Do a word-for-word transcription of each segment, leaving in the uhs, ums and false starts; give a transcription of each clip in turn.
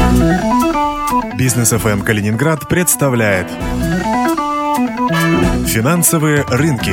Бизнес эф эм Калининград представляет «Финансовые рынки».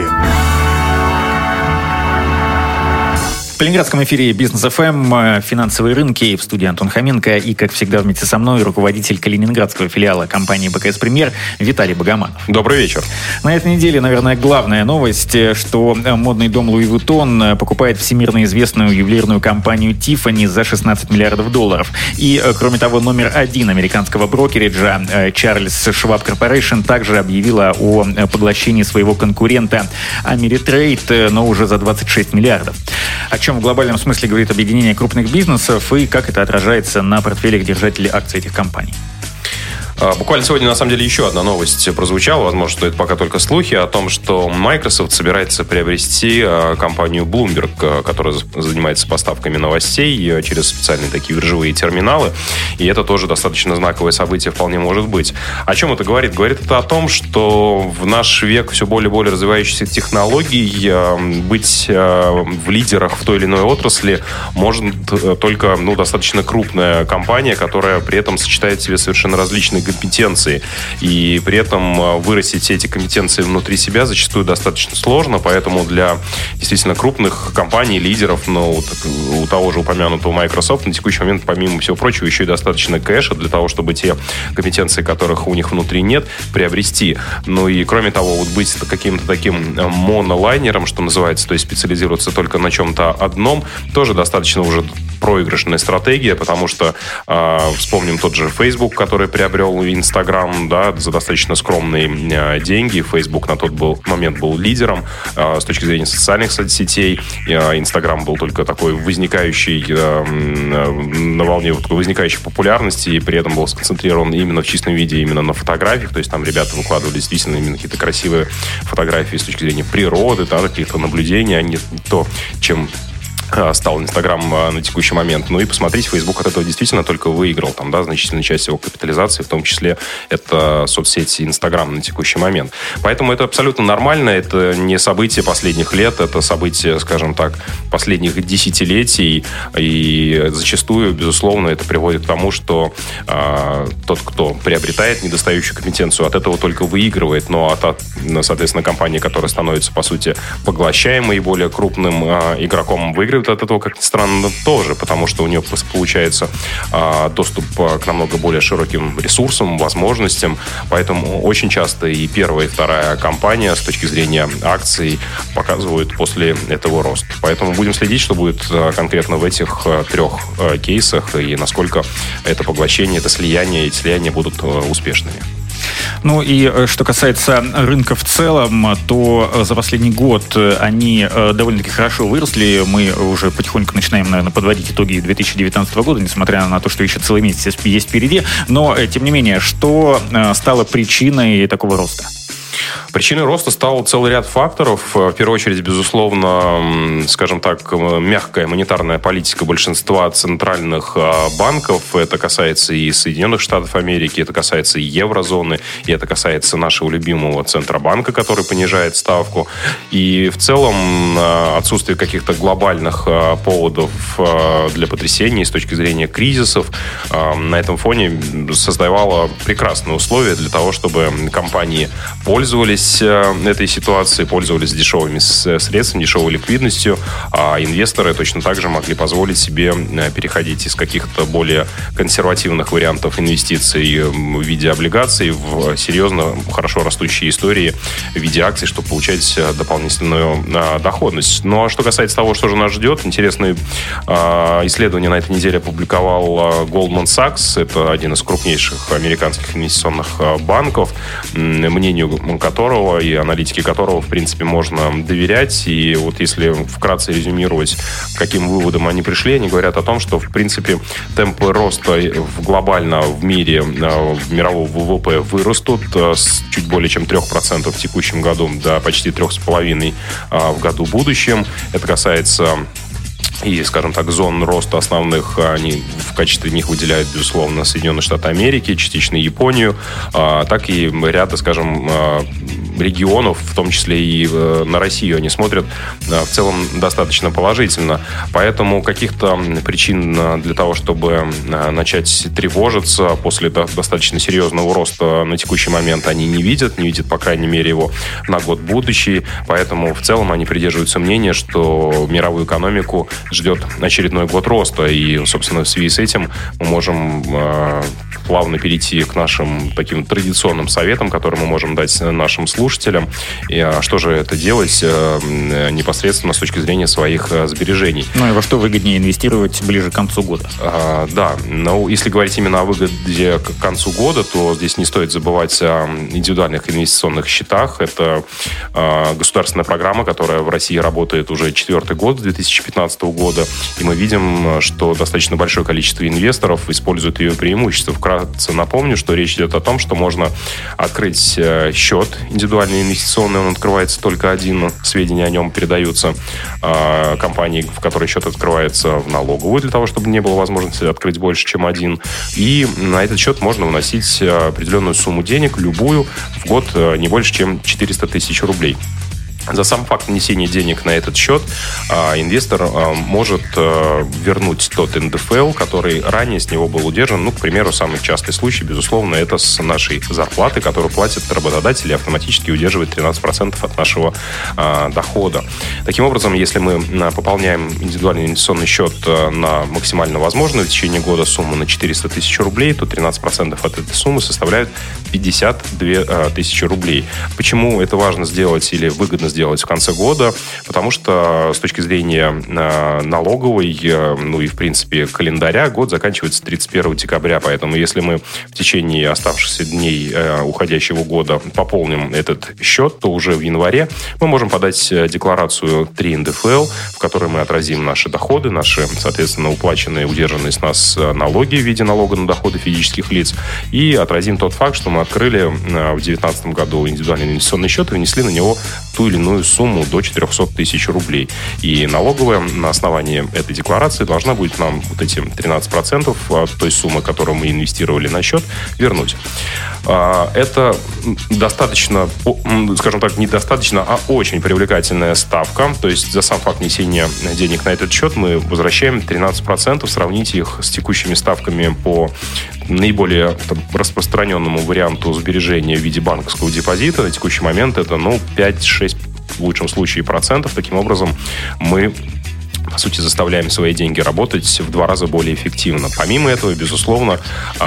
В Калининградском эфире Бизнес эф эм, финансовые рынки, в студии Антон Хоменко и, как всегда, вместе со мной руководитель калининградского филиала компании бэ ка эс Премьер Виталий Богоманов. Добрый вечер. На этой неделе, наверное, главная новость, что модный дом Луи Вуиттон покупает всемирно известную ювелирную компанию Тиффани за шестнадцать миллиардов долларов. И, кроме того, номер один американского брокериджа Чарльз Шваб Корпорейшн также объявила о поглощении своего конкурента Америтрейд, но уже за двадцать шесть миллиардов. О чем в глобальном смысле говорит объединение крупных бизнесов и как это отражается на портфелях держателей акций этих компаний? Буквально сегодня, на самом деле, еще одна новость прозвучала. Возможно, что это пока только слухи о том, что Microsoft собирается приобрести компанию Bloomberg, которая занимается поставками новостей через специальные такие биржевые терминалы. И это тоже достаточно знаковое событие вполне может быть. О чем это говорит? Говорит это о том, что в наш век все более и более развивающихся технологий быть в лидерах в той или иной отрасли может только ну, достаточно крупная компания, которая при этом сочетает в себе совершенно различные компетенции. И при этом вырастить все эти компетенции внутри себя зачастую достаточно сложно, поэтому для действительно крупных компаний, лидеров, ну, у того же упомянутого Microsoft на текущий момент, помимо всего прочего, еще и достаточно кэша для того, чтобы те компетенции, которых у них внутри нет, приобрести. Ну и кроме того, вот быть каким-то таким монолайнером, что называется, то есть специализироваться только на чем-то одном, тоже достаточно уже проигрышная стратегия, потому что э, вспомним тот же Facebook, который приобрел Instagram, да, за достаточно скромные э, деньги. Facebook на тот был, момент был лидером э, с точки зрения социальных соцсетей. Э, Instagram был только такой возникающий э, на волне вот такой возникающей популярности, и при этом был сконцентрирован именно в чистом виде, именно на фотографиях. То есть там ребята выкладывали действительно именно какие-то красивые фотографии с точки зрения природы, да, каких-то наблюдений, а не то, чем стал Инстаграм на текущий момент. Ну и посмотрите, Facebook от этого действительно только выиграл. Там, да, значительная часть его капитализации, в том числе это соцсети Инстаграм на текущий момент. Поэтому это абсолютно нормально. Это не событие последних лет, это событие, скажем так, последних десятилетий. И зачастую, безусловно, это приводит к тому, что э, тот, кто приобретает недостающую компетенцию, от этого только выигрывает. Но от, от соответственно, компании, которая становится, по сути, поглощаемой и более крупным э, игроком, выигрывает от этого, как ни странно, тоже, потому что у нее получается а, доступ к намного более широким ресурсам, возможностям, поэтому очень часто и первая, и вторая компания с точки зрения акций показывают после этого рост. Поэтому будем следить, что будет а, конкретно в этих а, трех а, кейсах и насколько это поглощение, это слияние, эти слияния будут а, успешными. Ну и что касается рынка в целом, то за последний год они довольно-таки хорошо выросли. Мы уже потихоньку начинаем, наверное, подводить итоги две тысячи девятнадцатого года, несмотря на то, что еще целый месяц есть впереди. Но, тем не менее, что стало причиной такого роста? Причиной роста стал целый ряд факторов. В первую очередь, безусловно, скажем так, мягкая монетарная политика большинства центральных банков. Это касается и Соединенных Штатов Америки, это касается и еврозоны, и это касается нашего любимого Центробанка, который понижает ставку. И в целом отсутствие каких-то глобальных поводов для потрясений с точки зрения кризисов на этом фоне создавало прекрасные условия для того, чтобы компании пользовались этой ситуацией, пользовались дешевыми средствами, дешевой ликвидностью, а инвесторы точно так же могли позволить себе переходить из каких-то более консервативных вариантов инвестиций в виде облигаций в серьезно хорошо растущие истории в виде акций, чтобы получать дополнительную доходность. Ну а что касается того, что же нас ждет, интересное исследование на этой неделе опубликовал Goldman Sachs, это один из крупнейших американских инвестиционных банков, мнению которого и аналитики которого, в принципе, можно доверять. И вот если вкратце резюмировать, к каким выводам они пришли, они говорят о том, что, в принципе, темпы роста глобально в мире, в мирового ВВП вырастут с чуть более чем трех процентов в текущем году до почти трех с половиной в году будущем. Это касается и, скажем так, зон роста основных, они в качестве них выделяют, безусловно, Соединенные Штаты Америки, частично Японию, так и ряда, скажем, регионов, в том числе и на Россию, они смотрят в целом достаточно положительно. Поэтому каких-то причин для того, чтобы начать тревожиться после достаточно серьезного роста на текущий момент, они не видят, не видят, по крайней мере, его на год будущий. Поэтому в целом они придерживаются мнения, что мировую экономику ждет очередной год роста. И, собственно, в связи с этим мы можем э, плавно перейти к нашим таким традиционным советам, которые мы можем дать нашим слушателям. И, а что же это делать э, непосредственно с точки зрения своих э, сбережений. Ну и во что выгоднее инвестировать ближе к концу года? А, да, но если говорить именно о выгоде к концу года, то здесь не стоит забывать о индивидуальных инвестиционных счетах. Это э, государственная программа, которая в России работает уже четвертый год, с две тысячи пятнадцатого года. И мы видим, что достаточно большое количество инвесторов используют ее преимущества. Вкратце напомню, что речь идет о том, что можно открыть э, счет индивидуальный инвестиционный, он открывается только один, сведения о нем передаются э, компании, в которой счет открывается, в налоговую, для того, чтобы не было возможности открыть больше, чем один. И на этот счет можно вносить определенную сумму денег, любую, в год не больше, чем четыреста тысяч рублей. За сам факт внесения денег на этот счет а, инвестор а, может а, вернуть тот эн дэ эф эл, который ранее с него был удержан. Ну, к примеру, самый частый случай, безусловно, это с нашей зарплаты, которую платит работодатель и автоматически удерживает тринадцать процентов от нашего а, дохода. Таким образом, если мы а, пополняем индивидуальный инвестиционный счет а, на максимально возможную в течение года сумму на четыреста тысяч рублей, то тринадцать процентов от этой суммы составляют пятьдесят две а, тысячи рублей. Почему это важно сделать или выгодно сделать делать в конце года, потому что с точки зрения э, налоговой, э, ну и в принципе календаря, год заканчивается тридцать первого декабря, поэтому если мы в течение оставшихся дней э, уходящего года пополним этот счет, то уже в январе мы можем подать декларацию три эн дэ эф эл, в которой мы отразим наши доходы, наши, соответственно, уплаченные, удержанные с нас налоги в виде налога на доходы физических лиц, и отразим тот факт, что мы открыли э, в две тысячи девятнадцатом году индивидуальный инвестиционный счет и внесли на него ту или иную сумму до четыреста тысяч рублей. И налоговая на основании этой декларации должна будет нам вот эти тринадцать процентов от той суммы, которую мы инвестировали на счет, вернуть. Это достаточно, скажем так, недостаточно, а очень привлекательная ставка. То есть за сам факт внесения денег на этот счет мы возвращаем тринадцать процентов. Сравните их с текущими ставками по наиболее там, распространенному варианту сбережения в виде банковского депозита. На текущий момент это ну, пять-шесть в лучшем случае процентов. Таким образом, мы, по сути, заставляем свои деньги работать в два раза более эффективно. Помимо этого, безусловно,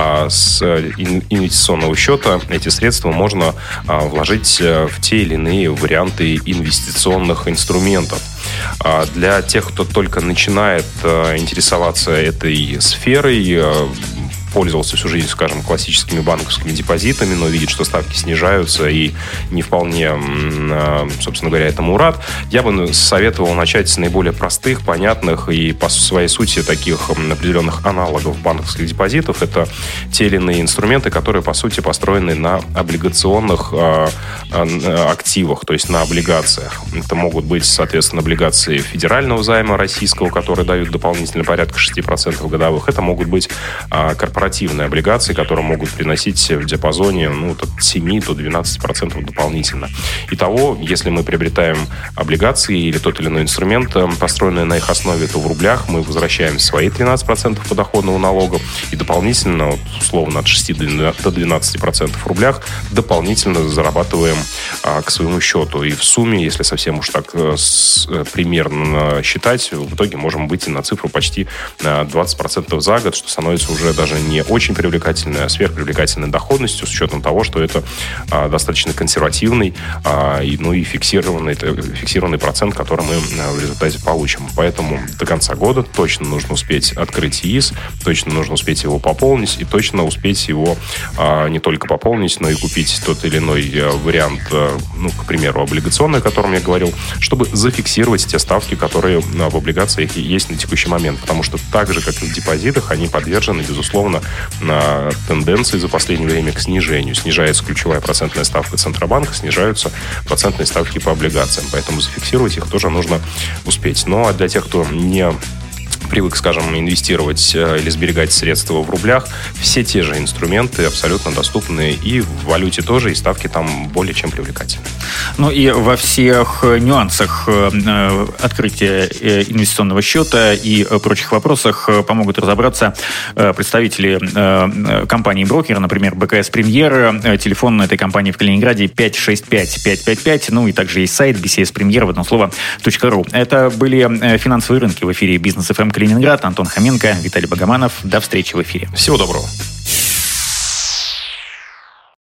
с инвестиционного счета эти средства можно вложить в те или иные варианты инвестиционных инструментов. Для тех, кто только начинает интересоваться этой сферой, пользовался всю жизнь, скажем, классическими банковскими депозитами, но видит, что ставки снижаются и не вполне, собственно говоря, этому рад, я бы советовал начать с наиболее простых, понятных и по своей сути таких определенных аналогов банковских депозитов. Это те или иные инструменты, которые, по сути, построены на облигационных активах, то есть на облигациях. Это могут быть, соответственно, облигации федерального займа российского, которые дают дополнительно порядка шесть процентов годовых. Это могут быть корпоративные корпоративные облигации, которые могут приносить в диапазоне ну, от семи до двенадцати процентов дополнительно. Итого, если мы приобретаем облигации или тот или иной инструмент, построенный на их основе, то в рублях мы возвращаем свои тринадцать процентов подоходного налога и дополнительно, вот, условно, от шести до двенадцати процентов в рублях дополнительно зарабатываем а, к своему счету. И в сумме, если совсем уж так с, примерно считать, в итоге можем выйти на цифру почти двадцать процентов за год, что становится уже даже не очень привлекательной, а сверхпривлекательной доходностью, с учетом того, что это а, достаточно консервативный, а, и, ну и фиксированный, фиксированный процент, который мы а, в результате получим. Поэтому до конца года точно нужно успеть открыть ИИС, точно нужно успеть его пополнить и точно успеть его а, не только пополнить, но и купить тот или иной а, вариант, а, ну, к примеру, облигационный, о котором я говорил, чтобы зафиксировать те ставки, которые а, в облигациях есть на текущий момент. Потому что так же, как и в депозитах, они подвержены, безусловно, на тенденции за последнее время к снижению. Снижается ключевая процентная ставка Центробанка, снижаются процентные ставки по облигациям. Поэтому зафиксировать их тоже нужно успеть. Ну, а для тех, кто не привык, скажем, инвестировать или сберегать средства в рублях, все те же инструменты абсолютно доступны и в валюте тоже, и ставки там более чем привлекательны. Ну и во всех нюансах открытия инвестиционного счета и прочих вопросах помогут разобраться представители компании-брокера, например, БКС Премьер. Телефон этой компании в Калининграде пять шесть пять пять пять пять. Ну и также есть сайт би си эс премьер в одно слово .ру. Это были финансовые рынки в эфире Бизнес эф эм Калининград. Антон Хоменко, Виталий Богоманов. До встречи в эфире. Всего доброго.